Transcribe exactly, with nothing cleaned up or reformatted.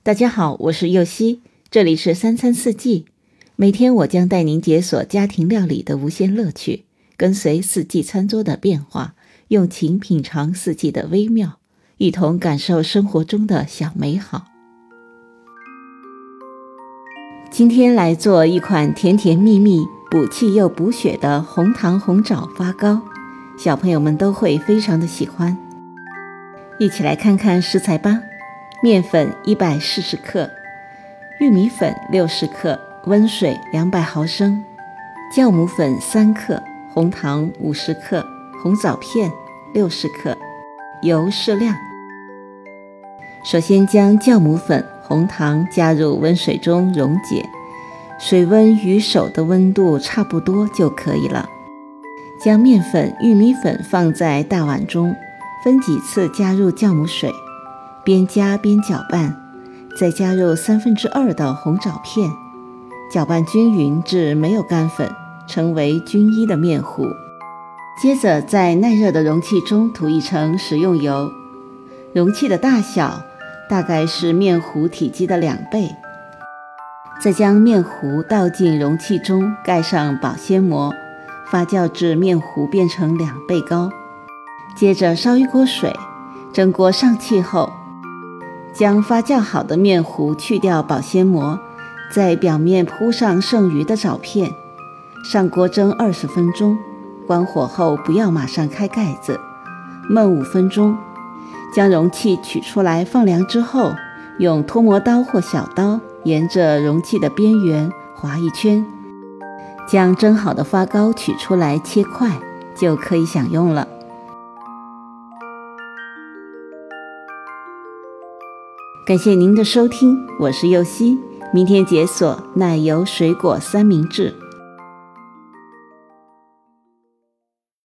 大家好，我是柚希，这里是三餐四季。每天我将带您解锁家庭料理的无限乐趣，跟随四季餐桌的变化，用情品尝四季的微妙，一同感受生活中的小美好。今天来做一款甜甜蜜蜜、补气又补血的红糖红枣发糕，小朋友们都会非常的喜欢。一起来看看食材吧。面粉一百四十克，玉米粉六十克，温水两百毫升，酵母粉三克，红糖五十克，红枣片六十克，油适量。首先将酵母粉、红糖加入温水中溶解，水温与手的温度差不多就可以了。将面粉、玉米粉放在大碗中，分几次加入酵母水，边加边搅拌，再加入三分之二的红枣片，搅拌均匀至没有干粉，成为均一的面糊。接着在耐热的容器中涂一层食用油，容器的大小大概是面糊体积的两倍。再将面糊倒进容器中，盖上保鲜膜，发酵至面糊变成两倍高。接着烧一锅水，蒸锅上气后，将发酵好的面糊去掉保鲜膜，在表面铺上剩余的枣片，上锅蒸二十分钟，关火后不要马上开盖子，焖五分钟。将容器取出来放凉之后，用脱模刀或小刀沿着容器的边缘划一圈，将蒸好的发糕取出来切块，就可以享用了。感谢您的收听，我是柚希，明天解锁奶油水果三明治。